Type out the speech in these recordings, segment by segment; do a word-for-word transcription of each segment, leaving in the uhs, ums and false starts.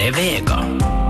Yle Vega.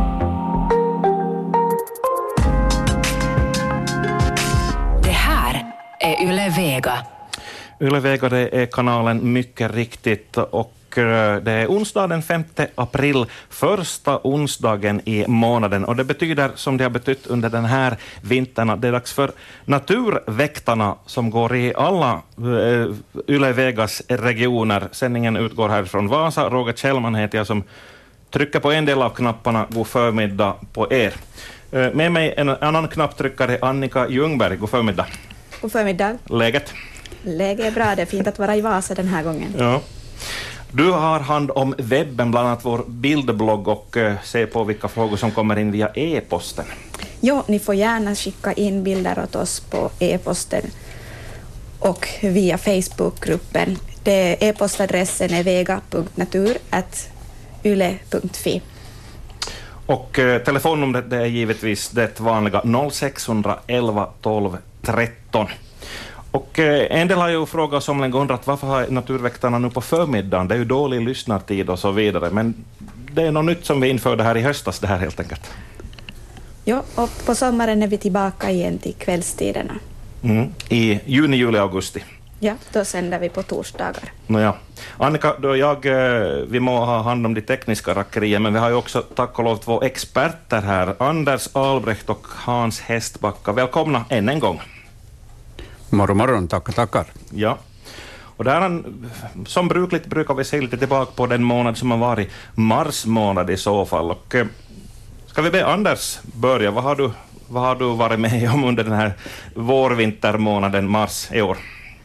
Det här är Yle Vega. Yle Vega, det är kanalen mycket riktigt, och det är onsdag den femte april, första onsdagen i månaden, och det betyder, som det har betytt under den här vintern, att det är dags för Naturväktarna som går i alla uh, Yle Vegas regioner. Sändningen utgår här från Vasa. Roger Kjellman heter jag, som trycker på en del av knapparna. God förmiddag på er. Uh, med mig en annan knapptryckare, Annika Ljungberg. God förmiddag. God förmiddag. Läget? Läget är bra, det är fint att vara i Vasa den här gången. Ja. Du har hand om webben, bland annat vår bildblogg, och uh, se på vilka frågor som kommer in via e-posten. Jo, ni får gärna skicka in bilder åt oss på e-posten och via Facebookgruppen. Det e-postadressen är vega punkt natur at yle punkt fi. Och uh, telefonnumret, det är givetvis det vanliga noll sex elva tolv tretton. Och eh, en del har ju frågat som länge undrat varför har Naturväktarna nu på förmiddagen? Det är ju dålig lyssnartid och så vidare, men det är något nytt som vi införde här i höstas, det här helt enkelt. Ja, och på sommaren är vi tillbaka igen till kvällstiderna. Mm. I juni, juli, augusti. Ja, då sänder vi på torsdagar. Nåja. Annika, då jag, vi må ha hand om de tekniska rackerier, men vi har ju också tack och lov två experter här, Anders Albrecht och Hans Hästbacka. Välkomna än en gång. Morgon, morgon, tackar, tackar. Ja, och där som brukligt brukar vi se lite tillbaka på den månad som har varit mars månad i så fall. Och ska vi be Anders börja, vad har du, vad har du varit med om under den här vårvintermånaden mars i år?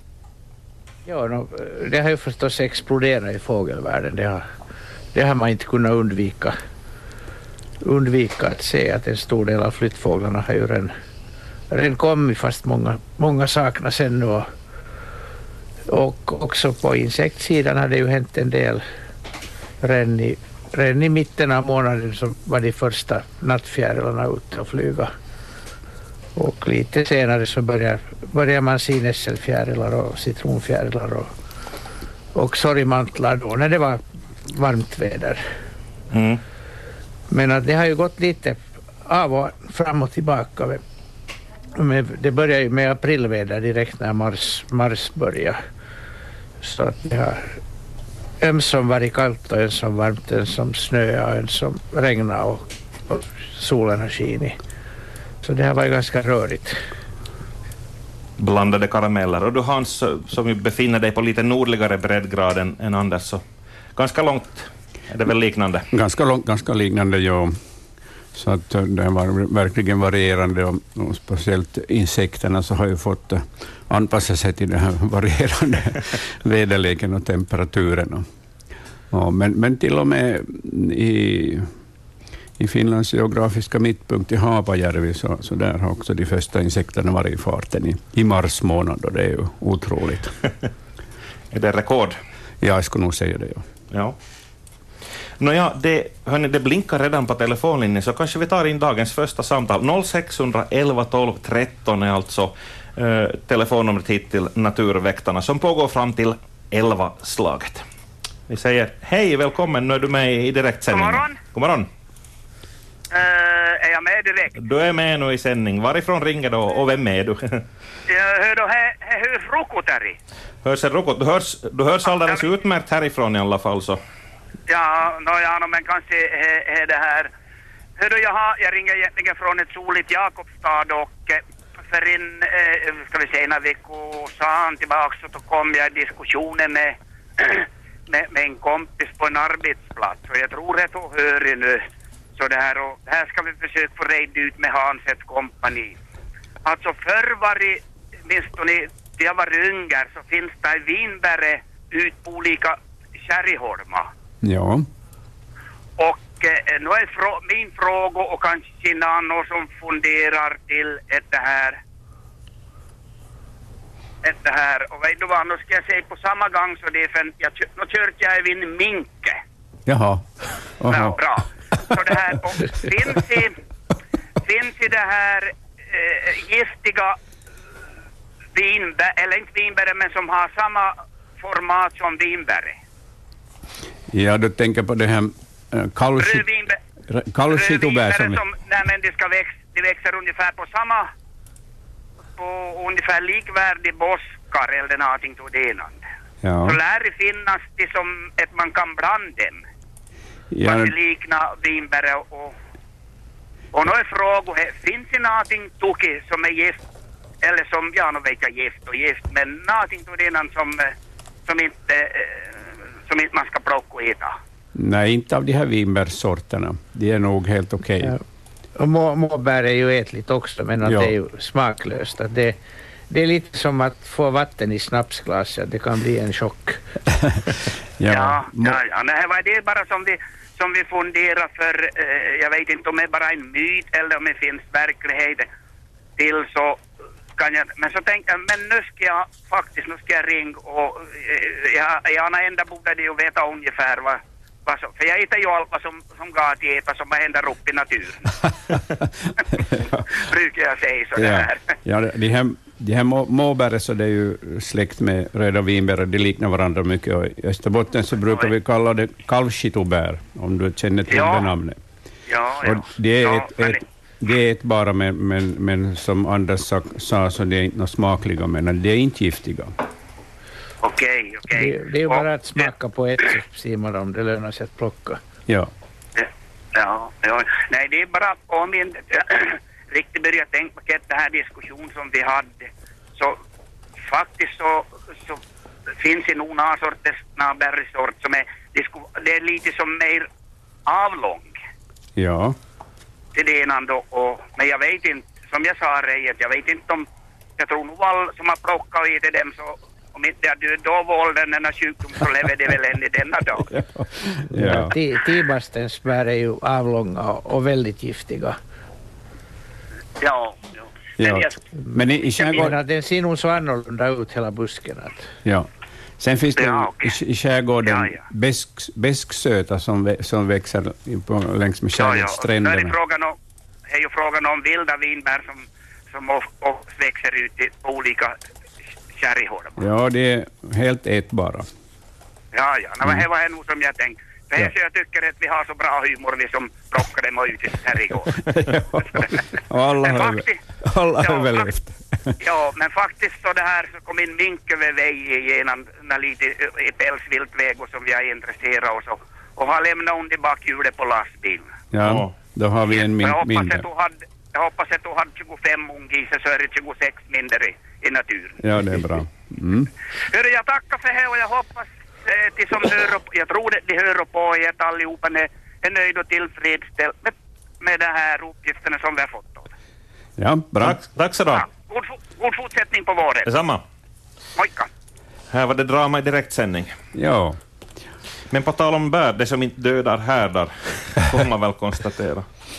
Ja, no, det har ju förstås exploderat i fågelvärlden. Det har, det har man inte kunnat undvika, undvika att se, att en stor del av flyttfåglarna har ju redan Den kom fast många, många saknas ännu, och, och också på insektsidan hade ju hänt en del. Redan i, redan i mitten av månaden så var de första nattfjärilarna ute och flyga, och lite senare så börjar, börjar man se nässelfjärilar och citronfjärilar och, och sorgmantlar då när det var varmt väder. Mm. Men att det har ju gått lite av och fram och tillbaka. Men det börjar ju med aprilväder direkt när mars, mars börjar. Så att det har en som varit kallt och en som varmt, en som snöa och en som regnar, och, och solen har skinit. Så det har varit ganska rörigt. Blandade karameller. Och du Hans, som ju befinner dig på lite nordligare breddgrad än, än Anders, så ganska långt är det väl liknande? Ganska långt, ganska liknande, ja. Så att det var verkligen varierande, och, och speciellt insekterna så har ju fått uh, anpassa sig till den här varierande väderleken och temperaturen. Och, och, men, men till och med i, i Finlands geografiska mittpunkt i Haapajärvi så, så där har också de första insekterna varit i farten i, i mars månad, och det är ju otroligt. Är det rekord? Ja, jag skulle nog säga det, ja. Ja. Nåja, det, hörni, det blinkar redan på telefonlinjen, så kanske vi tar in dagens första samtal. noll sex elva tolv tretton är alltså eh, telefonnumret hit till Naturväktarna, som pågår fram till elva slaget. Vi säger hej, välkommen, nu är du med i direktsändning. God morgon. God morgon. Uh, är jag med direkt? Du är med nu i sändning. Varifrån ringer du och vem är du? uh, hör du, här hörs Rukutari. Hörs en rukut? Du hörs, du hörs alldeles utmärkt härifrån i alla fall, så. Ja, no, ja no, men kanske är det här. Hör du, jag, har, jag ringer egentligen från ett soligt Jakobstad, och eh, för en, eh, ska vi säga, några veckor sedan tillbaka så kom jag i diskussioner med, med, med en kompis på en arbetsplats, och jag tror att hon hör nu. Så det här, och här ska vi försöka få reda ut med Hans ett kompani. Alltså förr var det, åtminstone när jag var ungar, så finns det vinbäre ut på olika kärriholmar. Ja. Och eh, nu är frå- min fråga, och kanske någon som funderar till ett det här. Ett det här. Och vet du vad, nu ska jag säga på samma gång, så det är för jag kö- nu körde jag vid en minke. Jaha. Aha. Ja, bra. Så det här, och finns i, finns i det här eh, giftiga vinbär, eller inte vinbär, men som har samma format som vinbär. Ja, du tänker på det här äh, kalci- Kallskitobär som... som nej, men de, ska väx, de växer ungefär på samma, på ungefär likvärdig boskar eller någonting till det inande. Ja. Så lär det finnas det som att man kan blanda dem. Ja. Fast det liknar vinbär och... Och nu är frågan, finns det någonting tokigt som är gift? Eller som, ja nu vet jag gift och gift, men någonting till det innan som, som, inte, som inte man ska plocka och äta? Nej, inte av de här vinbärssorterna. De är nog helt okej. Okay. Ja. Och må, måbär är ju ätligt också, men att ja. det är ju smaklöst. Att det, det är lite som att få vatten i snapsglas, att det kan bli en chock. ja, ja, ja, ja. Nej, det är bara som vi, som vi funderar för, eh, jag vet inte om det är bara en myt eller om det finns verklighet till så kan jag, men så tänkte jag, men nu ska jag faktiskt, nu ska jag ringa och eh, jag, jag ända borde ju veta ungefär vad, vad som, för jag äter ju allt vad som, som går till äta som händer upp i naturen. Brukar jag säga så ja. där. Ja, de här, de här må, måbär så det är ju släkt med röda vinbär, de liknar varandra mycket och i Österbotten så brukar vi kalla det kalvskitobär, om du känner till ja. det namnet. Ja, ja. Och det är ja, ett, ett det är ett bara, men, men, men som Anders sa, sa så det är inte något smakliga, men det är inte giftiga. Okej, okej. Det, det är ju bara att smaka på ett så ser man om det lönar sig att plocka. Ja. Ja, ja. Nej, det är bara om jag riktigt börjar tänka på den här diskussion som vi hade. Så faktiskt så, så finns det nog några sorters bergsort som är, det är lite som mer avlång. Ja. Till det ena då, och, men jag vet inte, som jag sa redan, jag vet inte om, jag tror nog all som har plockat och ätit dem så, om inte jag död då vålden denna sjukdom så lever det väl än i denna dag. ja. ja. Tibastens bär är ju avlånga och väldigt giftiga. Ja, ja. Men, men, jag, men i, i skärgården... Den ser nog så annorlunda ut hela busken. Att... Ja. Sen finns det ja, okay. i, i skärgården ja, ja. Besk, besksöta som, vä, som växer på, längs med skärgårdsstränderna. Ja, ja. Är, frågan om, är ju frågan om vilda vinbär som, som också växer ut i olika kärrihårdar. Ja, det är helt ätbara. Ja, ja. Mm. Det var det nog som jag tänkte. För ja. jag tycker att vi har så bra humor vi som plockar dem ut i herrgård. Och alla har, faktiskt, alla har ja, överlevt. Ja, men faktiskt så det här så kom in mink över väg genom lite i pälsviltväg och som vi har intresserat oss och, och har lämnat under bakhjulet på lastbilen. Ja, då har vi en min- jag mindre. Hade, jag hoppas att du hade tjugofem unggisar så är det tjugosex mindre i, i naturen. Ja, det är bra. Mm. Hörru, jag tackar för det och jag hoppas eh, till som hör upp, jag tror att de hör på att allihopa är, är nöjda och tillfredsställda med, med de här uppgifterna som vi har fått. Ja, bra. Tack, tack så då. Ja, god, god fortsättning på våren. Detsamma. Mojka. Här var det drama i direktsändning. Ja. Men på tal om bär, det som inte dödar härdar, får man väl konstatera.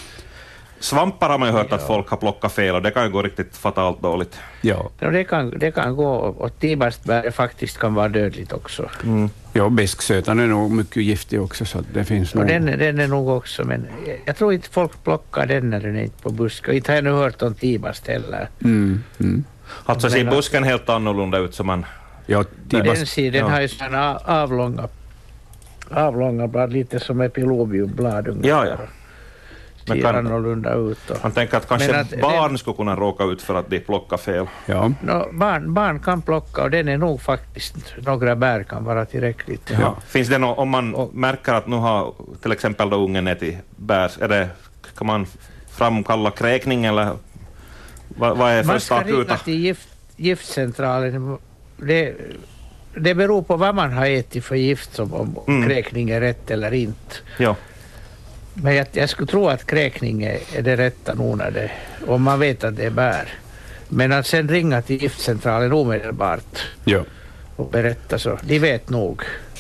Svampar har man ju hört ja. att folk har plockat fel och det kan ju gå riktigt fatalt dåligt. Ja. ja det, kan, det kan gå och tibastbär faktiskt kan vara dödligt också. Mm. Ja, besksötan är nog mycket giftig också så att det finns nog... Och den, den är nog också, men jag tror inte folk plockar den när den är inte på busk. Och inte har jag nu hört om tibast heller. Mm. Mm. Alltså ser busken helt annorlunda ut som man... Ja, tibast... Den sidan ja. har ju sådana avlånga, avlånga blad, lite som epilobiumblad ungefär. Ja, ja. Men kan, annorlunda ut. Och, man tänker att kanske att barn den, skulle kunna råka ut för att de plockar fel. Ja. No, barn, barn kan plocka och den är nog faktiskt, några bär kan vara tillräckligt. Ja. Ja. Finns det något, om man och, märker att nu har till exempel då ungen ätit bär, är det, kan man framkalla kräkning eller vad, vad är första akuta? Man ska ringa till gift, giftcentralen. Det, det beror på vad man har ätit för gift, som om mm. kräkning är rätt eller inte. Ja. Men jag, jag skulle tro att kräkning är, är det rätta nog när det, om man vet att det är bär. Men att sen ringa till giftcentralen omedelbart ja. och berätta så, de vet nog.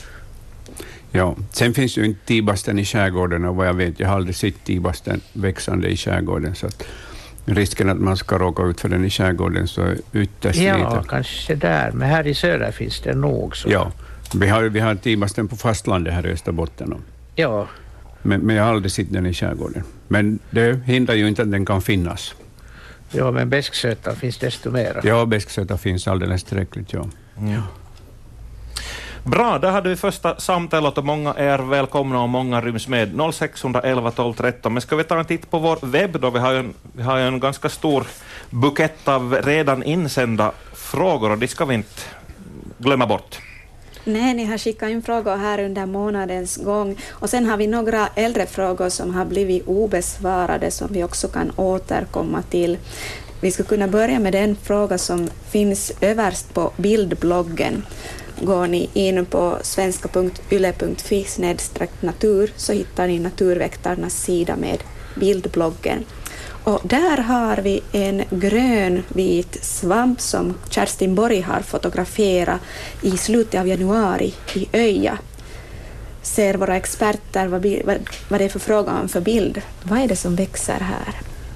Ja, sen finns ju inte tibasten i skärgården och vad jag vet, jag har aldrig sett tibasten växande i skärgården så att risken att man ska råka ut för den i skärgården så är ytterst ja, lite. Ja, kanske där, men här i söder finns det nog så. Ja, vi har, vi har tibasten på fastlandet här i Österbotten. Och. Ja. Men, men jag har aldrig sett den i skärgården. Men det hindrar ju inte att den kan finnas. Ja, men besksöta finns desto mer. Ja, besksöta finns alldeles tillräckligt, ja. ja. Bra, där hade vi första samtalet och många är välkomna och många ryms med. noll sex ett ett tolv tretton. Men ska vi ta en titt på vår webb då? Vi har ju en, vi har ju en ganska stor bukett av redan insända frågor och det ska vi inte glömma bort. Nej, ni har skickat in frågor här under månadens gång. Och sen har vi några äldre frågor som har blivit obesvarade som vi också kan återkomma till. Vi ska kunna börja med den fråga som finns överst på bildbloggen. Går ni in på svenska punkt yle punkt fi snedstreck natur så hittar ni Naturväktarnas sida med bildbloggen. Och där har vi en grön-vit svamp som Kerstin Borg har fotograferat i slutet av januari i Öja. Ser våra experter vad, vad, vad det är för fråga om för bild. Vad är det som växer här?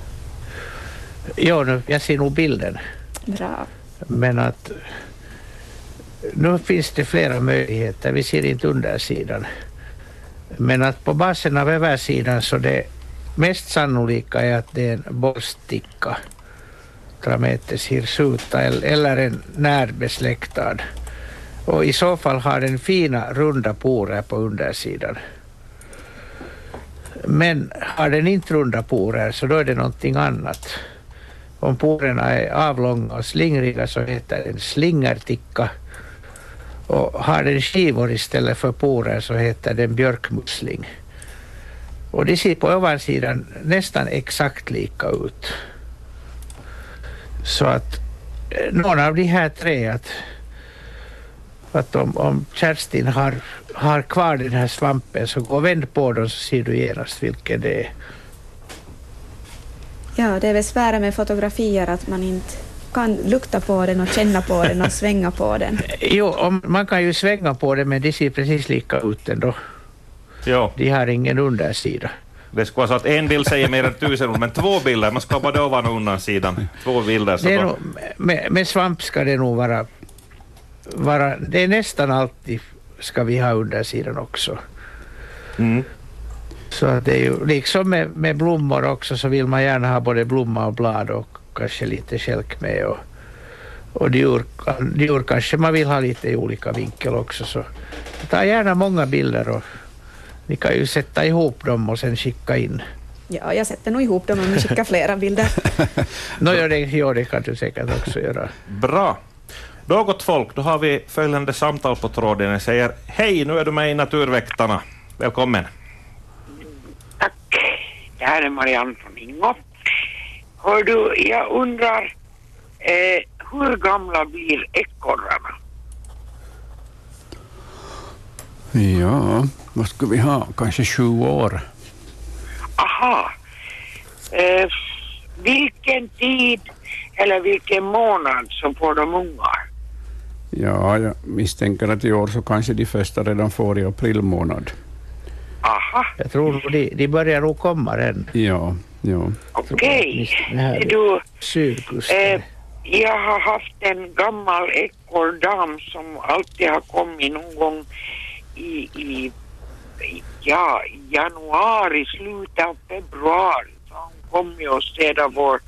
Ja, nu, jag ser nog bilden. Bra. Men att nu finns det flera möjligheter. Vi ser inte undersidan. Men att på basen av översidan så det mest sannolika är att det är en borsticka, Trametes hirsuta, eller en närbesläktad. Och i så fall har den fina runda porer på undersidan. Men har den inte runda porer så då är det någonting annat. Om porerna är avlånga och slingriga så heter den slingerticka. Och har den skivor istället för porer så heter den björkmussling. Och det ser på ovansidan nästan exakt lika ut. Så att någon av de här tre att, att om, om Kerstin har, har kvar den här svampen så gå och vänd på dem så ser du genast vilken det är. Ja, det är väl svårare med fotografier att man inte kan lukta på den och känna på den och svänga på den. Jo, om, man kan ju svänga på den men det ser precis lika ut ändå. Ja. De har ingen undersida. Det ska vara så att en bild säger mer än tusen ord, men två bilder, man ska både ovan och undan sidan. Två bilder. Så det är då... nog, med, med svamp ska det nog vara, vara, det är nästan alltid ska vi ha undersidan också. Mm. Så att det är ju liksom med, med blommor också så vill man gärna ha både blomma och blad och kanske lite skälk med och, och djur, djur kanske man vill ha lite i olika vinkel också så ta gärna många bilder och ni kan ju sätta ihop dem och sen skicka in. Ja, jag sätter nog ihop dem om vi skickar flera bilder. Nå, ja, det, ja, det kan du säkert också göra. Bra. Då gott folk, då har vi följande samtal på tråden. Jag säger hej, nu är du med i Naturväktarna. Välkommen. Tack. Det här är Marianne från Ingo. Hör du, jag undrar eh, hur gamla blir ekorrarna? Ja, vad ska vi ha? Kanske sju år. Aha. Eh, vilken tid eller vilken månad så får de ungar? Ja, jag misstänker att i år så kanske de första redan får i april månad. Aha. Jag tror de, de börjar nog komma än. Ja, ja. Okej. Okay. Du, Sydkusten. eh, jag har haft en gammal ekorrdam som alltid har kommit någon gång i, i ja, januari, slutet av februari. Så hon kom ju och städa vår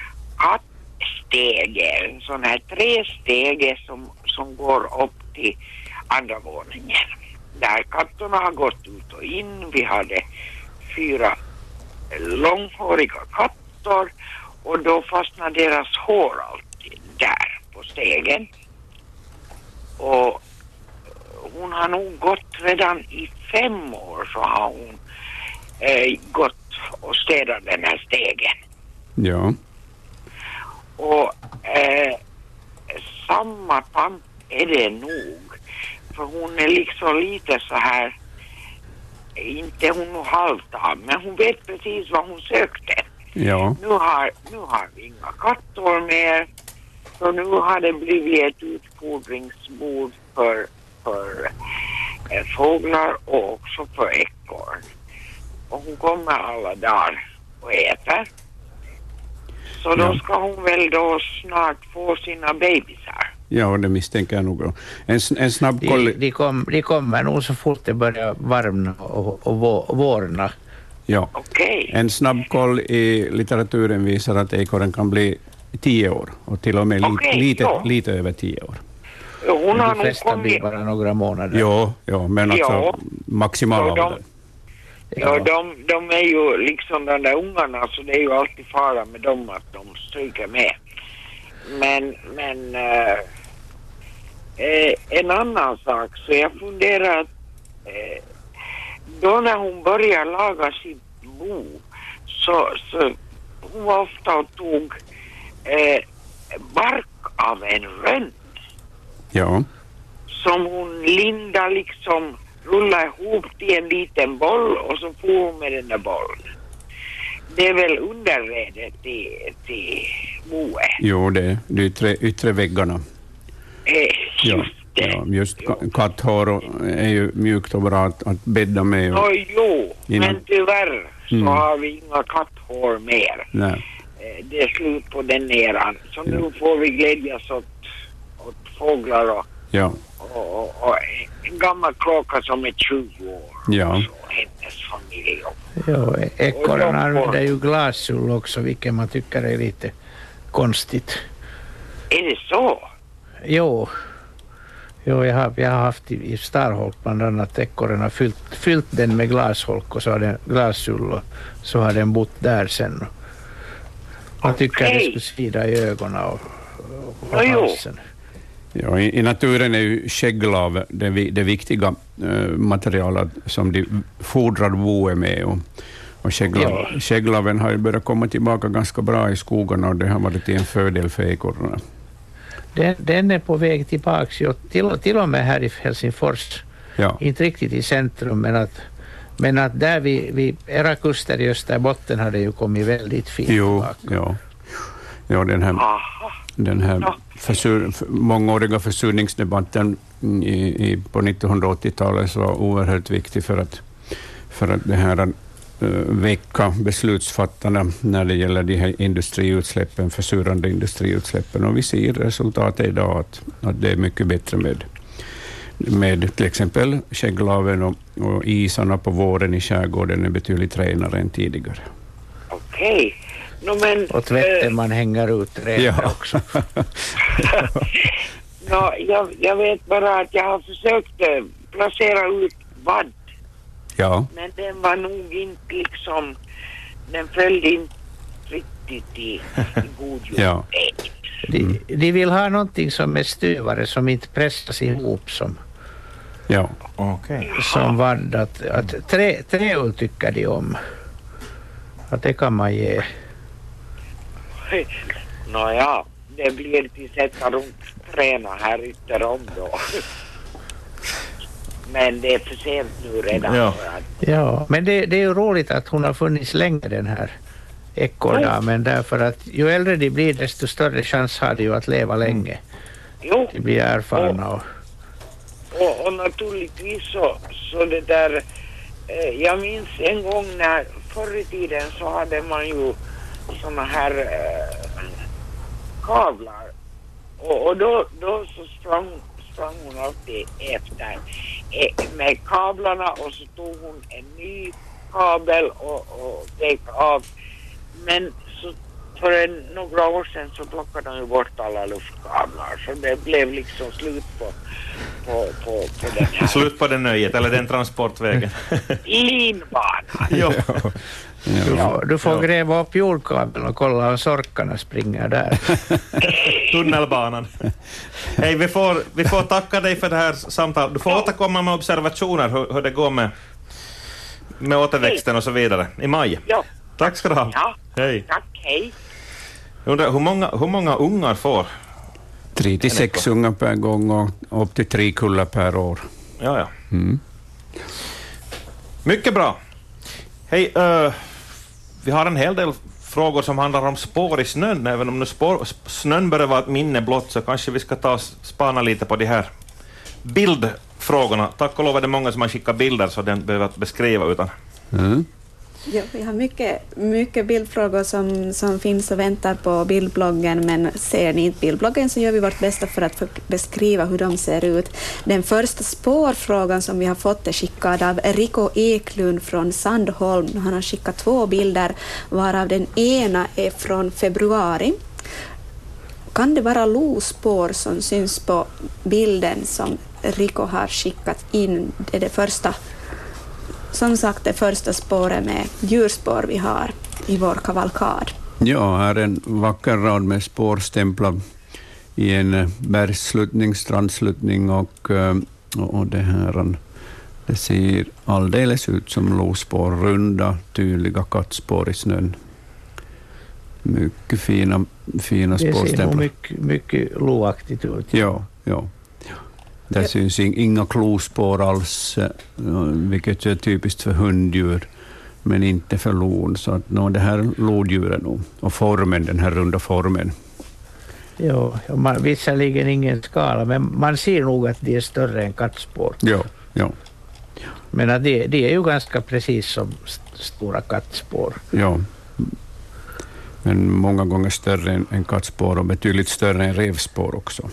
kattstege, en sån här trestege som, som går upp till andra våningen. Där katterna har gått ut och in. Vi hade fyra långhåriga katter och då fastnade deras hår alltid där på stegen. Och hon har nog gått redan i fem år så har hon eh, gått och städat den här stegen. Ja. Och eh, samma tant är det nog. För hon är liksom lite så här, inte hon halvtam, men hon vet precis vad hon sökte. Ja. Nu har, nu har vi inga katter mer. Så nu har det blivit ett utfodringsbord för, för eh, fåglar och också för ekorn. Och hon kommer alla dagar och äter. Så då Ja. ska hon väl då snart få sina bebisar. Ja, det misstänker jag nog. En, en snabb koll... De, de, kom, de kommer nog så fort det börjar varmna och, och, vå, och vårna. Ja. Okej. En snabb koll i litteraturen visar att ekorren kan bli tio år och till och med li, Okej, lite, ja. lite över tio år. Hon har De nog flesta blir kommit... bara några månader. Jo, jo men alltså Ja. maximal Ja, de- ålder. Ja, de, de är ju liksom de där ungarna, så det är ju alltid fara med dem att de stryker med. Men, men äh, äh, en annan sak, så jag funderar att äh, då när hon börjar laga sitt bo, så, så hon var ofta och tog äh, bark av en rönn Ja, som hon lindade liksom, rulla ihop till en liten boll och så får hon med den där bollen. Det är väl underredet till, till boet. jo det de yttre, yttre väggarna. Eh, Ja, just det. ja, just ka- katthår och- är ju mjukt och bra att, att bädda med. Och, Nå, jo, Innan- men tyvärr så Mm. har vi inga katthår mer. nej, Eh, det är slut på den eran. Så Ja. nu får vi glädjas åt, åt fåglar och, ja, och, och, och en gammal kråka som är tjugo år. Ja. Och så hennes familj. Och, Jo, ekorren Och de får- använder ju glasull också, vilket man tycker är lite konstigt. är det så? Jo, jo jag, har, jag har haft i, i Starholk bland annat ekorren har fyllt, fyllt den med glasholk och så har den glasull och så har den bott där sen. Man tycker Okej. det skulle svida i ögonen och, och Ja, jo. halsen. ja i, i naturen är ju skägglav det, vi- det viktiga eh, materialet som de fodrar boet med. Och, och skägglav, Ja. skägglaven har ju börjat komma tillbaka ganska bra i skogarna och det har varit till en fördel för ekorrarna. Den, den är på väg tillbaks, ju, till, till och med här i Helsingfors. Ja, Inte riktigt i centrum, men att, men att där vid, vid era kuster i Österbotten har det ju kommit väldigt fint jo, tillbaka. ja. Ja, den här, Aha. den här Ja. försur, f- mångåriga försurningsdebatten i, i, på nittonhundraåttiotalet så var oerhört viktig för att, för att det här uh, väcka beslutsfattarna när det gäller de här industriutsläppen, försurande industriutsläppen. Och vi ser resultatet idag att, att det är mycket bättre med, med till exempel skägglaven och, och isarna på våren i skärgården är betydligt renare än tidigare. Okej. No, men, Och tvätten eh, man hänger ut redan också. no, jag, jag vet bara att jag har försökt eh, placera ut vadd, Ja, men den var nog inte liksom, den följde inte riktigt i, i god jord. Ja. De, de vill ha någonting som är stuvare, som inte pressas ihop som, ja. Okej. som vadd. Att, att trä, träull tycker de om. Att det kan man ge. Nåja, det blir till sätta runt träna här ytterom då. Men det är för sent nu redan. Ja. För att, Ja, men det, det är ju roligt att hon har funnits länge, den här ekorrdamen, därför att ju äldre de blir desto större chans har de ju att leva länge. jo, De blir erfarna och och, och naturligtvis så, så det där, eh, jag minns en gång när förr i tiden så hade man ju såna här eh, kablar och, och då, då så sprang, sprang hon alltid efter eh, med kablarna och så tog hon en ny kabel och, och gick av, men så för en, några år sedan så plockade de ju bort alla luftkablar så det blev liksom slut på, på, på, på den här Slut på det nöjet, eller den transportvägen. linbanan. Jo. du, Ja. får, du får Ja. gräva upp jordkabeln och kolla om sorkarna springer där. Tunnelbanan. Hej, vi får, vi får tacka dig för det här samtalet. Du får återkomma med observationer hur, hur det går med, med återväxten och så vidare i maj. Ja, Tack ska du ha. ja, Hej. tack, hej. Jag undrar, hur många, hur många ungar får? Tre till sex ungar per gång och upp till tre kullar per år. Ja, ja. Mm. Mycket bra. Hej, uh, vi har en hel del frågor som handlar om spår i snön. Även om nu spår, snön börjar vara ett minne blott så kanske vi ska ta och spana lite på de här bildfrågorna. Tack och lov är det många som har skickat bilder så den behöver inte beskriva utan... Mm. Ja, vi har mycket, mycket bildfrågor som, som finns och väntar på bildbloggen, men ser ni inte bildbloggen så gör vi vårt bästa för att för beskriva hur de ser ut. Den första spårfrågan som vi har fått är skickad av Rico Eklund från Sandholm. Han har skickat två bilder, varav den ena är från februari. Kan det vara lospår som syns på bilden som Rico har skickat in? Det är det första, som sagt, det första spåret med djurspår vi har i vår kavalkad. Ja, här är en vacker rad med spårstämplar i en bergssluttning, strandsluttning och, och det här, det ser alldeles ut som lospår, runda, tydliga kattspår i snön. Mycket fina, fina spårstämplar. Det ser nog mycket, mycket loaktigt ut. Ja, ja. Där ja. syns inga klospår alls, vilket är typiskt för hunddjur, men inte för lon. Så att, no, det här är lodjuren nog. Och formen, den här runda formen. Ja, man, visserligen ingen skala, men man ser nog att det är större än kattspår. Ja, ja. Men att det, det är ju ganska precis som st- stora kattspår. Ja, men många gånger större än, än kattspår och betydligt större än revspår också.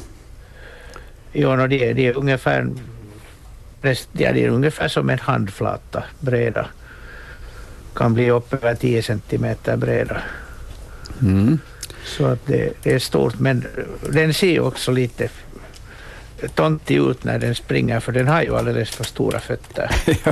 Ja, no, det, det, är ungefär, ja, det är ungefär som en handflata breda. Kan bli upp över tio centimeter breda. Mm. Så att det, det är stort, men den ser också lite tontig ut när den springer, för den har ju alldeles för stora fötter.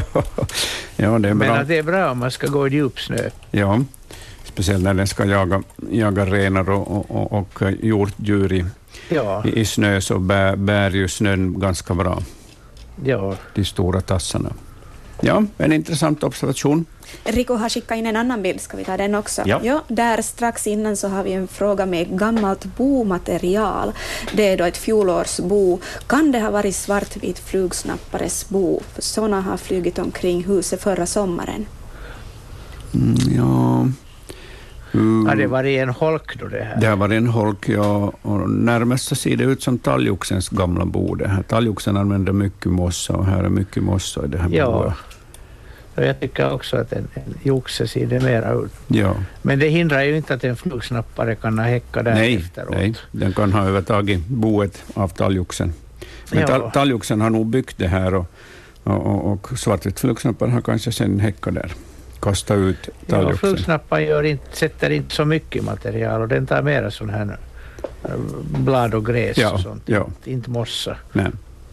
Ja, det är bra. Men att det är bra om man ska gå i djupsnö. Ja, speciellt när den ska jaga, jaga renar och, och, och hjortdjur i, ja. i, i snö, så bär, bär ju snön ganska bra. Ja. De stora tassarna. Ja, en intressant observation. Rico har skickat in en annan bild, ska vi ta den också? Ja. Ja, där strax innan så har vi en fråga med gammalt bomaterial. Det är då ett fjolårsbo. Kan det ha varit svartvit flugsnappares bo? För sådana har flugit omkring huset förra sommaren. Mm, ja... Mm. Har det varit en holk då det här? Det har varit en holk, ja, och närmast så ser det ut som talgoxens gamla bo. Det här talgoxen använder mycket mossa och här är mycket mossa i det här ja. boet. Och jag tycker också att en, en joxe ser det mera ut. Ja. Men det hindrar ju inte att en flugsnappare kan ha häcka där nej, efteråt. Nej, den kan ha övertagit boet av talgoxen. Men ja. tal, talgoxen har nog byggt det här och, och, och, och svartvit flugsnappare har kanske sen häcka där. Kasta ut talgoxen. Ja, flugsnapparen gör inte, sätter inte så mycket material och den tar mera sån här blad och gräs ja, och sånt. Ja. Inte mossa. Nej.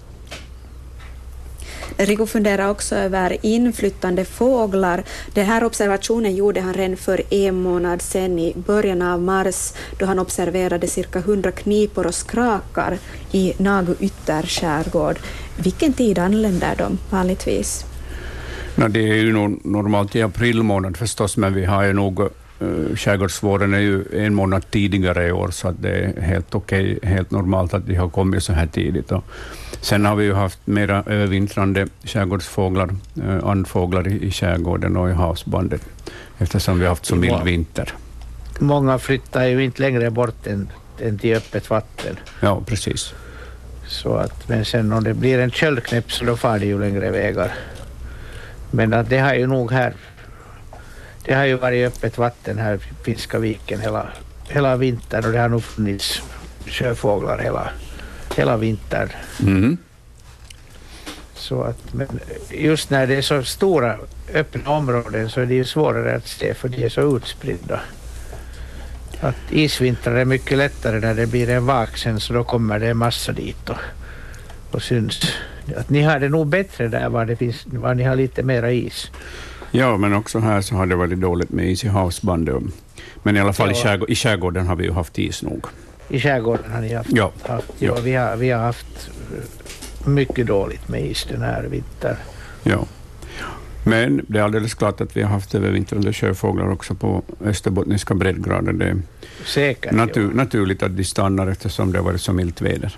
Rico funderar också över inflyttande fåglar. Den här observationen gjorde han redan för en månad sedan i början av mars, då han observerade cirka hundra knipor och skrakar i Nagu ytterskärgård. Vilken tid anländer de vanligtvis? No, det är ju nog normalt i april månad förstås, men vi har ju nog uh, skärgårdsvåren är ju en månad tidigare i år, så att det är helt okej, okay, helt normalt att de har kommit så här tidigt. Och sen har vi ju haft mera övervintrande skärgårdsfåglar, uh, andfåglar i, i skärgården och i havsbandet, eftersom vi har haft så mild vinter. Många flyttar ju inte längre bort än, än till öppet vatten. Ja, precis. Så att, men sen om det blir en köldknäpp så då far det ju längre vägar. Men att det har ju nog här, det har ju varit öppet vatten här i Finska viken hela, hela vintern, och det har nog funnits sjöfåglar hela, hela vintern. Mm. Så att, men just när det är så stora öppna områden så är det ju svårare att se, för de är så utspridda. Att isvintrar är mycket lättare när det blir en vaksen, så då kommer det en massa dit och, och syns. Att ni har det nog bättre där var, det finns, var ni har lite mera is. Ja, men också här så har det varit dåligt med is i havsbandet. Men i alla fall ja. i, skärgården, i skärgården har vi ju haft is nog. I skärgården har ni haft? Ja. haft ja, ja. Vi, har, vi har haft mycket dåligt med is den här vintern. Ja. Men det är alldeles klart att vi har haft övervintrande sjöfåglar också på österbottniska breddgrader. Det är säkert, natur, naturligt att de stannar eftersom det har varit så milt väder.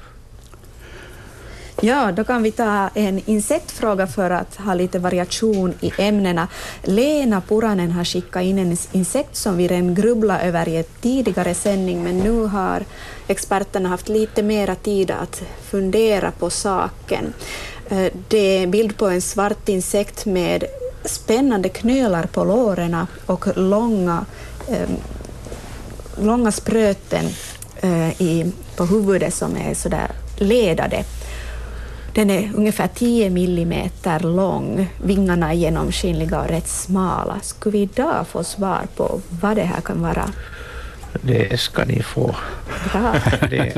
Ja, då kan vi ta en insektfråga för att ha lite variation i ämnena. Lena Puranen har skickat in en insekt som vi redan grubbla över i ett tidigare sändning, men nu har experterna haft lite mera tid att fundera på saken. Det är en bild på en svart insekt med spännande knölar på lårena och långa, eh, långa spröten eh, i, på huvudet som är sådär ledade. Den är ungefär tio millimeter lång, vingarna är genomskinliga och rätt smala. Skulle vi idag få svar på vad det här kan vara? Det ska ni få. det,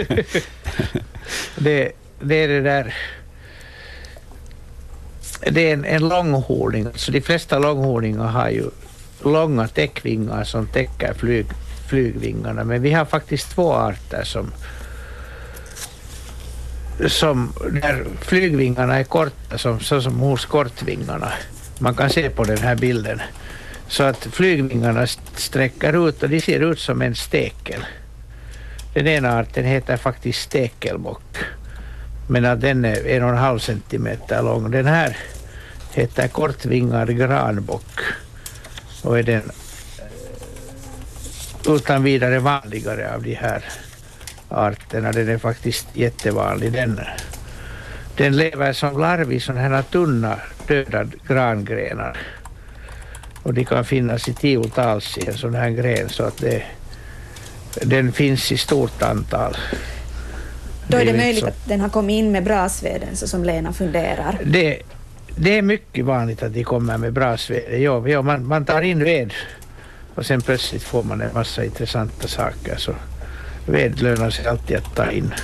det, det är det där. Det är en, en långhorning. Så de flesta långhorningar har ju långa täckvingar som täcker flyg, flygvingarna. Men vi har faktiskt två arter som som där flygvingarna är korta som, så som hos kortvingarna. Man kan se på den här bilden. Så att flygvingarna sträcker ut och de ser ut som en stekel. Den ena arten heter faktiskt stekelbock. Men att den är en och en halv centimeter lång. Den här heter kortvingad granbock. Och är den utan vidare vanligare av de här arterna. Den är faktiskt jättevanlig. Den, den lever som larv i sådana här tunna döda grangrenar. Och de kan finnas i tiotals i en sån här gren så att det, den finns i stort antal. Då är det, det möjligt så. Att den har kommit in med brasveden så som Lena funderar. Det, det är mycket vanligt att de kommer med brasved. Ja, ja, man, man tar in ved och sen plötsligt får man en massa intressanta saker. Så ved lönar sig alltid att ta in.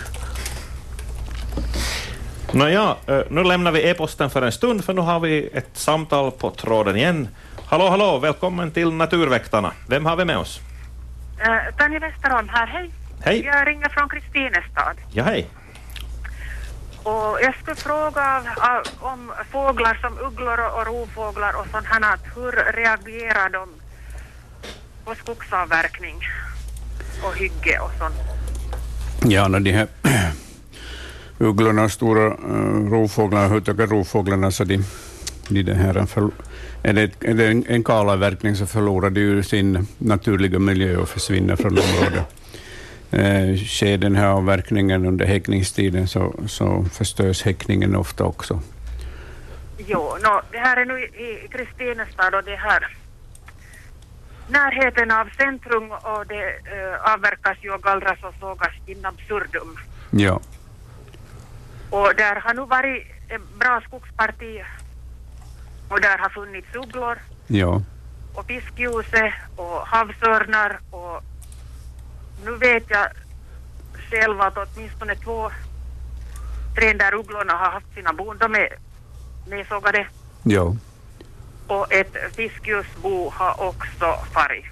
Nåja, nu lämnar vi e-posten för en stund för nu har vi ett samtal på tråden igen. Hallå, hallå, välkommen till Naturväktarna. Vem har vi med oss? Uh, Tanja Westerholm här, hej. Hej. Jag ringer från Kristinestad. Ja, hej. Och jag skulle fråga uh, om fåglar som ugglor och, och rovfåglar och sånt här. Hur reagerar de på skogsavverkning och hygge och sånt? Ja, när de här ugglorna och stora uh, rovfåglarna, högtaga rovfåglarna, så de, de det här för, är det, är det en, en kalavverkning så förlorar de ju sin naturliga miljö och försvinner från området. Eh, sker den här avverkningen under häckningstiden så, så förstörs häckningen ofta också. Jo, no, det här är nu i Kristinestad och det här närheten av centrum och det uh, avverkas ju och gallras och sågas in absurdum. Ja. Och där har nu varit ett bra skogsparti och där har funnits ugglor Ja. och fiskgjuse och havsörnar och nu vet jag själv att åtminstone två, tre där ugglorna har haft sina bon, de är nedsågade. Ja. Och ett fiskljusbo har också farit.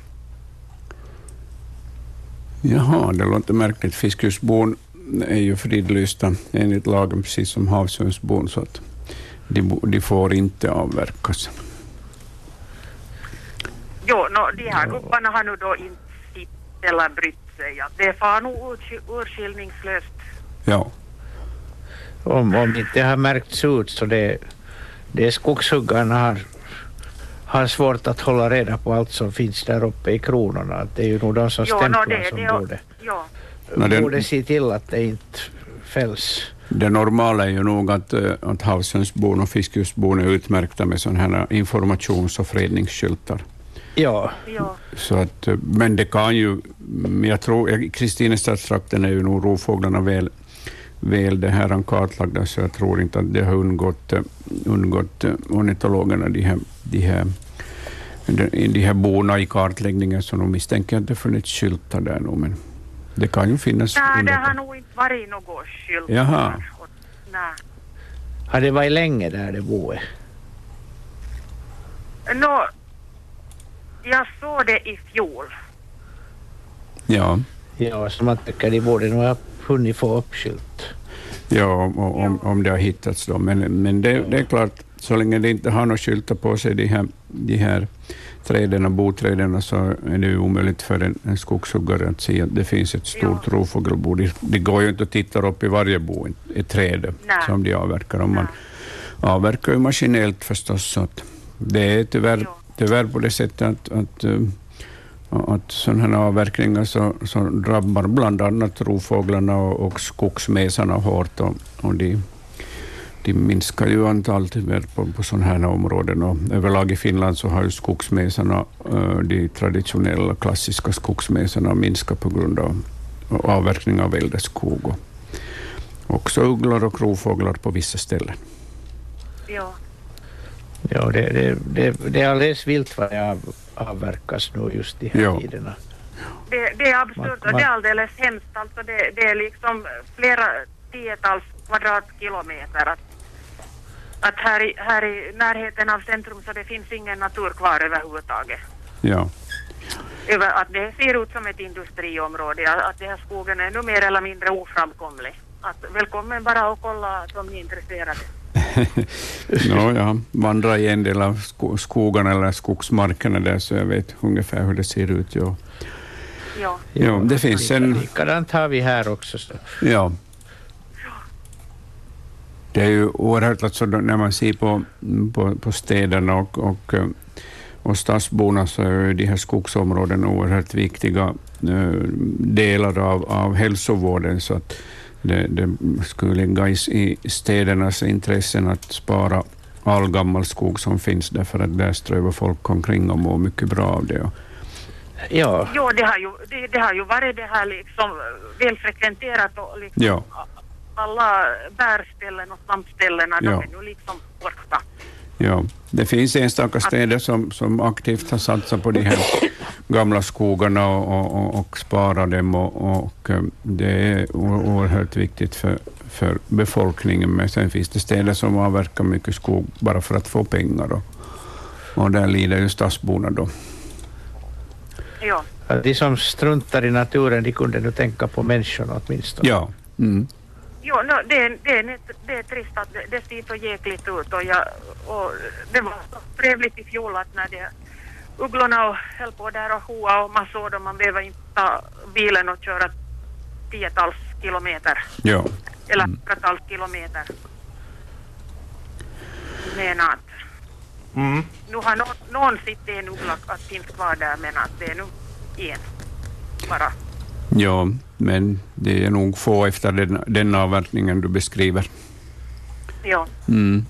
Jaha, det låter märkligt. Fiskljusbon är ju fridlysta enligt lagen precis som havsörnsbon så att de, de får inte avverkas. Jo, no, de här gubbarna har nu då inte sitt eller brytt sig. Att det får nog ursk- urskillningslöst. Ja. Om, om inte har märkts ut så det, det skogshuggarna har, har svårt att hålla reda på allt som finns där uppe i kronorna. Det är ju nog de som Jo, stämplar no, det, som det, borde, ja. det, borde se till att det inte fälls. Det normala är ju nog att, att havsörnsbon och fiskljusbon är utmärkta med sådana här informations- och fredningsskyltar. Ja. Ja. Så att, men det kan ju, jag tror, Kristinestadstrakten är ju nog rovfåglarna väl, väl det här kartlagda så jag tror inte att det har undgått, undgått ornitologerna de här, de här, de, de här borna i kartläggningen så de misstänker att det funnits skyltar där nu, men det kan ju finnas. Nej, det har nog inte varit något skylt. Jaha. Nej. Har det varit länge där det bor? Nå, jag såg det i fjol. Ja. Ja, så man tycker de borde nog ha hunnit få uppskylt. Ja, och, om, om det har hittats då. Men, men det, det är klart, så länge det inte har några skyltar på sig, de här, de här träden och boträden, så är det ju omöjligt för en, en skogshuggare att se att det finns ett stort ja. rovfågelbo. Det, det går ju inte att titta upp i varje bo, ett träd Nej. som de avverkar. Om man avverkar ju maskinellt förstås. Så att det är tyvärr, ja. tyvärr på det sättet att, att, att sådana här avverkningar så, så drabbar bland annat rovfåglarna och, och skogsmesarna hårt och, och de De minskar ju antal tyvärr på, på sådana här områden och överlag i Finland så har ju skogsmesarna, de traditionella klassiska skogsmesarna minskat på grund av avverkning av äldre skog och också ugglor och rovfåglar på vissa ställen. Ja. Ja, det, det, det, det är alldeles vilt vad det av, avverkas nu just i här ja. tiderna. det, det är absurt och det är alldeles hemskt. Alltså det, det är liksom flera tiotals kvadratkilometer. Att, att här, i, här i närheten av centrum så det finns ingen natur kvar överhuvudtaget. Ja. Över, att det ser ut som ett industriområde. Att den här skogen är nu mer eller mindre oframkomlig. Att välkommen bara att kolla att de är intresserade. no, ja, vandrar i en del av sko- skogarna eller skogsmarkerna där så jag vet ungefär hur det ser ut. Ja, ja. ja det finns en... Likadant har vi här också. Så. Ja. Det är ju oerhört alltså, när man ser på, på, på städerna och, och, och stadsborna så är de här skogsområdena oerhört viktiga äh, delar av, av hälsovården så att Det, det skulle ligga i, i städernas intressen att spara all gammal skog som finns därför att där strövar folk omkring och mår mycket bra av det. Ja, jo, det har ju, det, det har ju varit det här liksom välfrekventerat och liksom ja. alla bärställen och svampställen ja. de är nu liksom borta. Ja, det finns enstaka städer som, som aktivt har satsat på de här gamla skogarna och, och, och spara dem och, och det är oerhört viktigt för, för befolkningen, men sen finns det städer som avverkar mycket skog bara för att få pengar och, och där lider ju stadsborna då. Ja. De som struntar i naturen, de kunde nu tänka på människorna åtminstone. Ja. Mm. Jo, no, det, är, det, är, det är trist att det, det ser så jäkligt ut och, jag, och det var så trevligt i fjol att när det ugglorna och höll på där och hoa och man såg dem, man behöver inte ta bilen och köra tiotals kilometer. Ja. Eller Mm. hundratals kilometer. Men att Mm. nu har någon, någon sitt en uggla att finns kvar där men att det är nu en bara. Ja, men det är nog få efter den, den avverkningen du beskriver. Ja. Mm.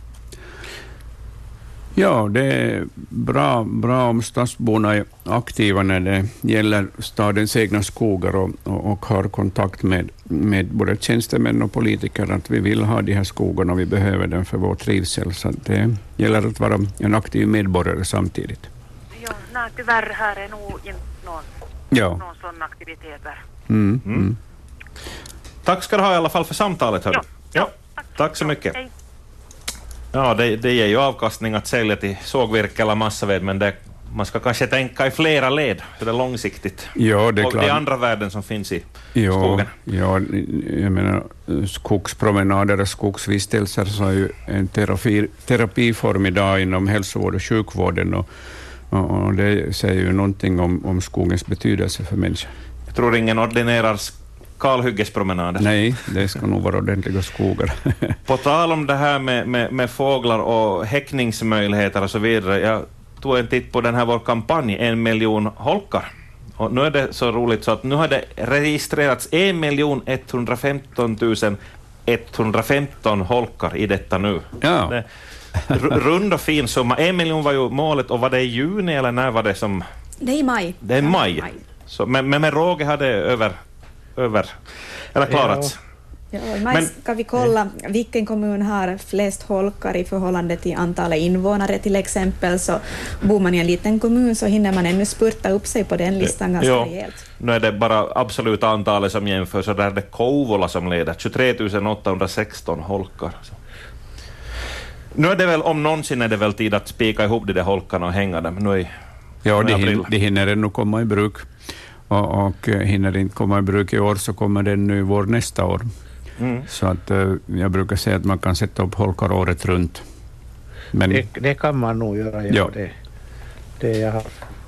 Ja, det är bra, bra om stadsborna är aktiva när det gäller stadens egna skogar och, och, och har kontakt med, med både tjänstemän och politiker att vi vill ha de här skogarna och vi behöver den för vår trivsel. Så det gäller att vara en aktiv medborgare samtidigt. Ja, nej, tyvärr här är nog inte någon, Ja. någon sån aktiviteter. Mm, mm. Mm. Tack ska du ha i alla fall för samtalet. Hör. Ja. Ja. Tack. Tack så mycket. Hej. Ja, det, det ger ju avkastning att sälja till sågvirke eller massaved, men det, man ska kanske tänka i flera led, så det är långsiktigt. Ja, det är och klart. de andra värden som finns i Ja, skogen. ja, jag menar skogspromenader och skogsvistelser så är ju en terapi, terapiform idag inom hälsovård och sjukvården och, och, och det säger ju någonting om, om skogens betydelse för människan. Jag tror ingen ordinerar kalhyggespromenader. Nej, det ska nog vara ordentliga skogar. På tal om det här med, med, med fåglar och häckningsmöjligheter och så vidare, jag tog en titt på den här vår kampanj, en miljon holkar. Och nu är det så roligt så att nu har det registrerats en miljon etthundrafemton tusen etthundrafemton holkar i detta nu. Ja. Det, r- rund och fin summa. En miljon var ju målet, och var det i juni eller när var det som... Det är i maj. Det är maj. Så, men, men med råge hade det över, över eller klarats. Ja, i maj Men- ska vi kolla vilken kommun har flest holkar i förhållande till antalet invånare till exempel. Så bor man i en liten kommun så hinner man ännu spurta upp sig på den listan ganska Ja. rejält. Nu är det bara absolut antalet som jämför, så där är det Kouvola som leder, tjugotre tusen åttahundrasexton holkar. Så. Nu är det väl, om någonsin är det väl tid att spika ihop de där holkarna och hänga dem. Nu är, Ja, nu de, är april. hin, de hinner ännu komma i bruk. Och, och eh, hinner inte komma i bruk i år så kommer den nu i vår nästa år. Mm. Så att eh, jag brukar säga att man kan sätta upp holkar året runt. Men Det, det kan man nog göra. Ja. Ja. Det, det jag, har,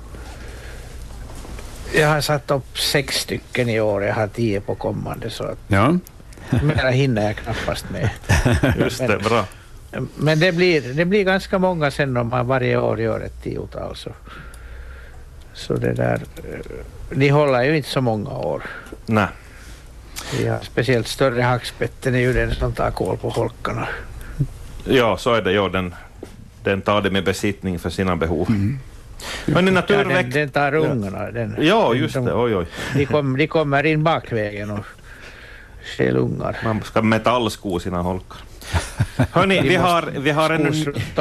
jag har satt upp sex stycken i år. Jag har tio på kommande. Så att ja, mera hinner jag knappast med. Just det, bra. Men det blir, det blir ganska många sen om man varje år gör ett tiotal. Så, så det där, de håller ju inte så många år. Nej. Ja, speciellt större hackspetten är ju den som tar koll på holkarna. Ja, så är det. Ja, den, den tar det med besittning för sina behov. Mm. Men i Ja, naturväxt... den, den tar ungarna. Den, Ja, just de, det. Oj, oj. De, kom, de kommer in bakvägen och stjäl ungar. Man ska metallsko sina holkar. Hörni, vi har, vi, har en,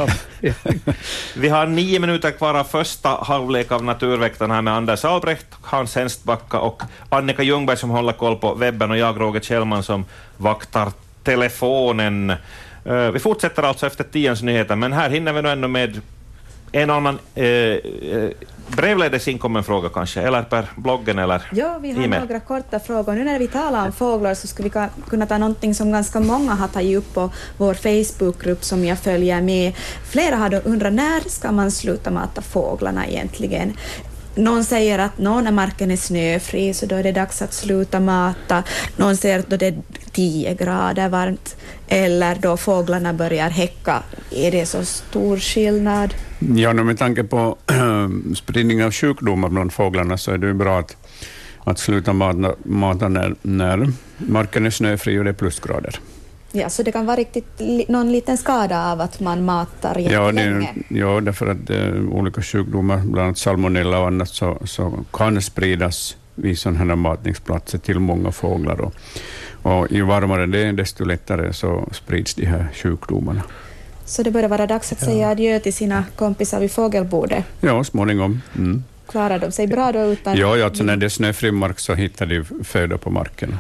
vi har nio minuter kvar av första halvlek av Naturväktarna här med Anders Albrecht, Hans Henstbacka och Annika Ljungberg som håller koll på webben och jag, Roger Kjellman, som vaktar telefonen. Uh, vi fortsätter alltså efter tians nyheter, men här hinner vi nog ändå med en annan eh, eh, brevledes inkommen fråga kanske, eller per bloggen eller Ja, vi har e-mail. några korta frågor. Nu när vi talar om fåglar så skulle vi ka- kunna ta någonting som ganska många har tagit upp på vår Facebookgrupp som jag följer med. Flera har då undrat när ska man sluta mata fåglarna egentligen? Någon säger att nå, när marken är snöfri så då är det dags att sluta mata. Någon säger att då det är tio grader varmt eller då fåglarna börjar häcka. Är det så stor skillnad? Ja, med tanke på spridning av sjukdomar bland fåglarna så är det ju bra att, att sluta mata, mata när, när marken är snöfri och det är plusgrader. Ja, så det kan vara riktigt någon liten skada av att man matar jättelänge. Ja, det, ja, därför att eh, olika sjukdomar, bland annat salmonella och annat, så, så kan spridas vid sådana här matningsplatser till många fåglar. Och, och ju varmare det är, desto lättare så sprids de här sjukdomarna. Så det börjar vara dags att säga adjö till sina kompisar vid fågelbordet. Ja, småningom. Mm. Klarar de sig bra då utan... Ja, ja, alltså när det är snöfri mark så hittar de föda på marken.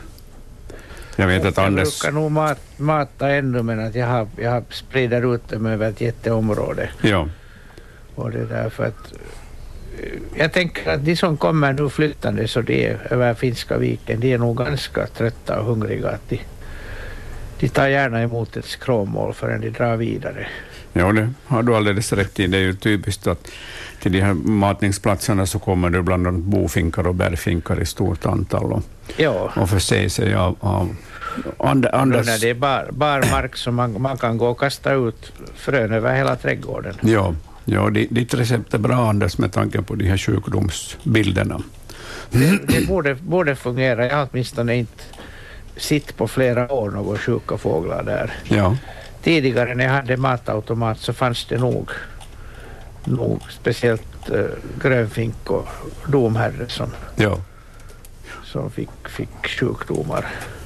Jag vet att Anders... Jag brukar nog mat, mata ännu, men att jag har, jag har sprider ut dem över ett jätteområde. Ja. Och det är därför att jag tänker att de som kommer nu flyttande så det är över Finska viken, de är nog ganska trötta och hungriga. Att de, de tar gärna emot ett skråmål förrän de drar vidare. Ja, det har du alldeles rätt i. Det är ju typiskt att till de här matningsplatserna så kommer det bland annat bofinkar och bärfinkar i stort antal och, ja. och förse sig av, av and, Anders... När det är bar, bar mark så man, man kan gå och kasta ut frön över hela trädgården. Ja, ja ditt recept är bra, Anders, med tanke på de här sjukdomsbilderna. Det, det borde, borde fungera. Jag har åtminstone inte sitt på flera år några sjuka fåglar där. Ja. Tidigare när jag hade matautomat så fanns det nog, nog speciellt uh, grönfink och domherre som, ja. som fick, fick sjukdomar.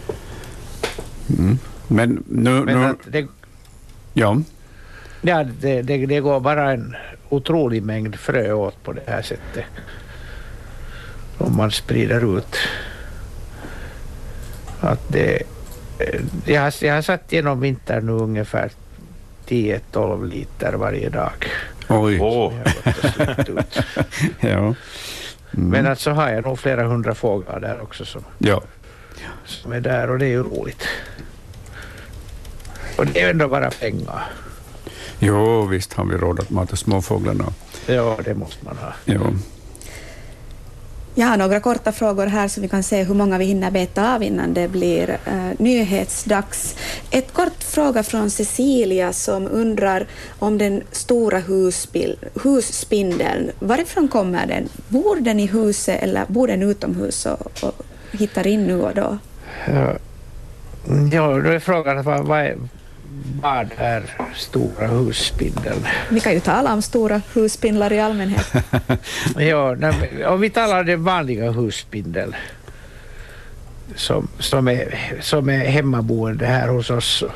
Mm. Men nu... Men nu att det, ja. Ja, det, det, det går bara en otrolig mängd frö åt på det här sättet. Om man sprider ut. Att det... Jag har, jag har satt genom vintern nu ungefär tio till tolv liter varje dag. Oj. Oh. ja. Mm. Men alltså har jag nog flera hundra fåglar där också som, ja. som är där, och det är ju roligt. Och det är ändå bara pengar. Jo, visst har vi råd att mata småfåglarna. Ja, det måste man ha. Ja. Jag har några korta frågor här så vi kan se hur många vi hinner beta av innan det blir uh, nyhetsdags. Ett kort fråga från Cecilia som undrar om den stora husbil, husspindeln. Varifrån kommer den? Bor den i huset eller bor den utomhus och, och hittar in nu och då? Ja, ja då är frågan vad, vad, är, vad är stora husspindeln? Vi kan ju tala om stora husspindlar i allmänhet. Ja, när, om vi talar om den vanliga husspindeln som, som, är, som är hemmaboende här hos oss så,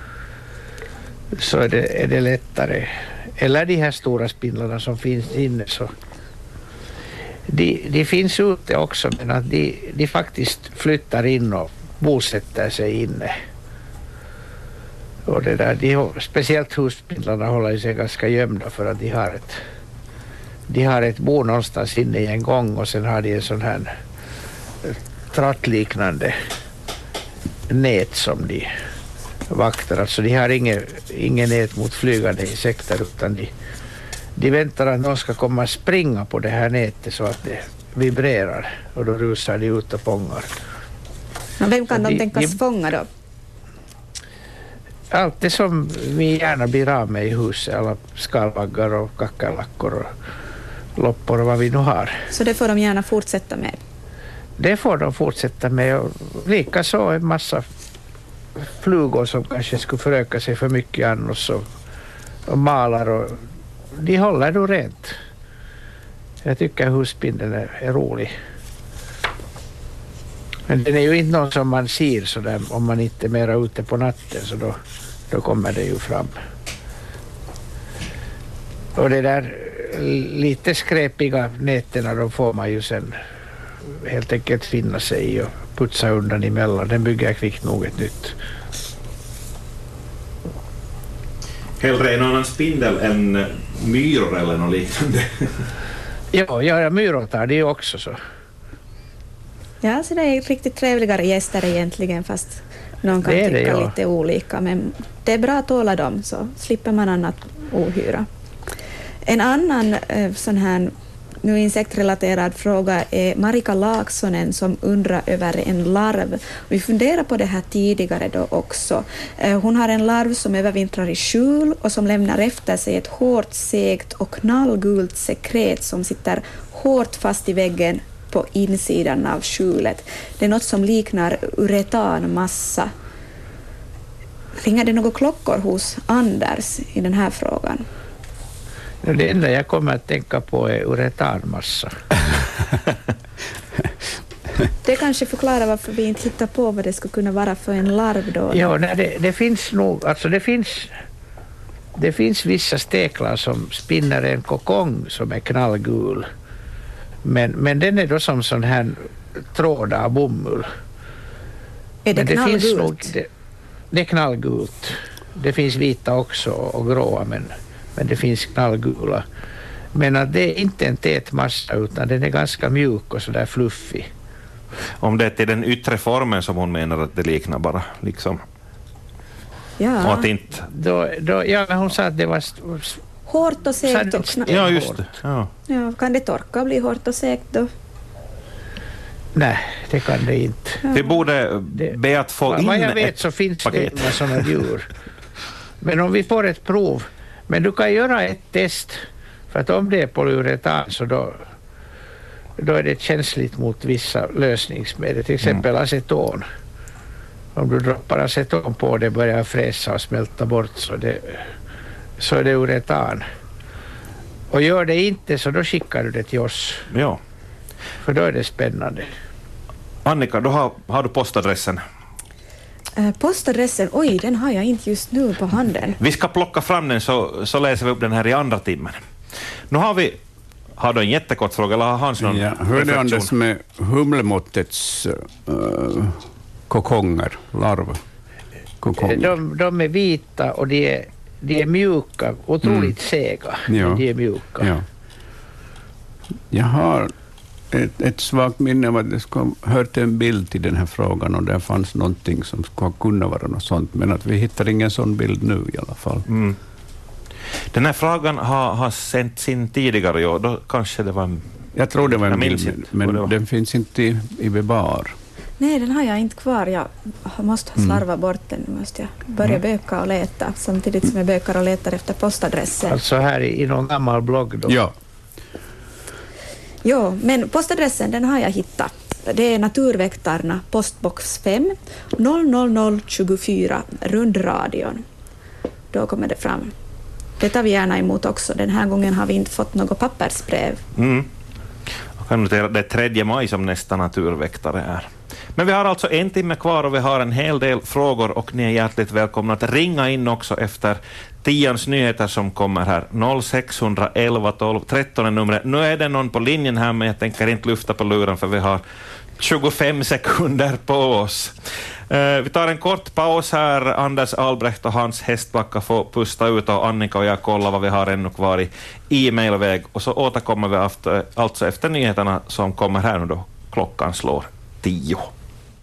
så är, det, är det lättare. Eller de här stora spindlarna som finns inne så de, de finns ute också, men att de, de faktiskt flyttar in och bosätter sig inne. Och det där, de, speciellt husspindlarna håller sig ganska gömda för att de har ett de har ett bo någonstans inne i en gång och sen har de en sån här trattliknande nät som de vaktar. Alltså de har ingen, ingen nät mot flygande insekter utan de, de väntar att någon ska komma och springa på det här nätet så att det vibrerar och då rusar de ut och fångar. Men vem kan så de de, tänkas de, fånga då? Allt det som vi gärna blir av med i huset, alla skalbaggar och kackerlackor och loppor och vad vi nu har. Så det får de gärna fortsätta med? Det får de fortsätta med, och likaså en massa flugor som kanske skulle föröka sig för mycket annars och, och malar, och de håller då rent. Jag tycker husspindeln är, är rolig. Men den är ju inte någon som man ser så där, om man inte är mera ute på natten så då då kommer det ju fram. Och det där lite skräpiga nätterna, då får man ju sen helt enkelt finna sig i och putsa undan emellan. Den bygger kvickt nog ett nytt. Hellre en annan spindel än myror eller något liknande. Ja, ja, myror tar det ju också så. Ja, så det är riktigt trevligare gäster egentligen, fast någon kan det tycka det, ja. lite olika. Men det är bra att tåla dem, så slipper man annat ohyra. En annan eh, sån här nu insektrelaterad fråga är Marika Laaksonen som undrar över en larv. Vi funderar på det här tidigare då också. Eh, hon har en larv som övervintrar i skjul och som lämnar efter sig ett hårt, segt och knallgult sekret som sitter hårt fast i väggen på insidan av skjulet. Det är något som liknar uretanmassa. Ringer det några klockor hos Anders i den här frågan? Det enda jag kommer att tänka på är uretanmassa. Det kanske förklarar varför vi inte hittar på vad det skulle kunna vara för en larv då. Ja, nej, det, det finns nog, alltså det finns det finns vissa steklar som spinner en kokong som är knallgul. Men, men den är då som sån här tråd av bomull. Är det, det knallgult? Finns nog, det, det är knallgult. Det finns vita också och gråa, men, men det finns knallgula. Men att det är inte en tät massa utan den är ganska mjuk och sådär fluffig. Om det är till den yttre formen som hon menar att det liknar bara, liksom. Ja. Och att inte... Då, då, ja, men hon sa att det var... Hårt och segt och knall. Ja, just det. Ja. Ja, kan det torka och bli hårt och segt då? Nej, det kan det inte. Ja. Vi borde be att få in vad jag vet ett så finns paket. det med sådana djur. Men om vi får ett prov, men du kan göra ett test, för att om det är polyuretan så då, då är det känsligt mot vissa lösningsmedel, till exempel mm. aceton. Om du droppar aceton på det börjar fräsa och smälta bort så, det, så är det uretan. Och gör det inte så då skickar du det till oss. Ja. För då är det spännande. Annika, då har, har du postadressen. Uh, postadressen, oj, den har jag inte just nu på handen. Vi ska plocka fram den så, så läser vi upp den här i andra timmen. Nu har vi, har du en jättekort fråga eller har Hans någon ja, hur är det Anders med humlemåttets uh, kokonger, larv? Kokonger. De, de är vita och de är, de är mjuka, otroligt mm. sega, ja. men de är mjuka. Ja. Jag har ett, ett svagt minne av att det skulle ha hört en bild till den här frågan och där fanns någonting som skulle kunna vara något sånt, men att vi hittar ingen sån bild nu i alla fall. Mm. Den här frågan har, har sänts in tidigare, ja, då kanske det var en... Jag tror det var en bild, bild, men, men den finns inte i, i bevar. Nej, den har jag inte kvar. Jag måste ha slarvat mm. bort den. Nu måste jag börja mm. böka och leta samtidigt som jag bökar och letar efter postadressen. Alltså här i, i någon gammal blogg då? Ja. Jo, men postadressen den har jag hittat. Det är Naturväktarna, postbox fem, noll noll noll tjugofyra, rundradion. Då kommer det fram. Det tar vi gärna emot också. Den här gången har vi inte fått något pappersbrev. Mm. Jag kan notera att det är tredje maj som nästa naturväktare är. Men vi har alltså en timme kvar och vi har en hel del frågor och ni är hjärtligt välkomna att ringa in också efter tians nyheter som kommer här. noll sex elva tolv tretton är numret. Nu är det någon på linjen här men jag tänker inte lyfta på luren för vi har tjugofem sekunder på oss. Uh, vi tar en kort paus här. Anders Albrecht och Hans Hästbacka får pusta ut och Annika och jag kollar vad vi har ännu kvar i e-mailväg och så återkommer vi efter, alltså efter nyheterna som kommer här nu då klockan slår tio.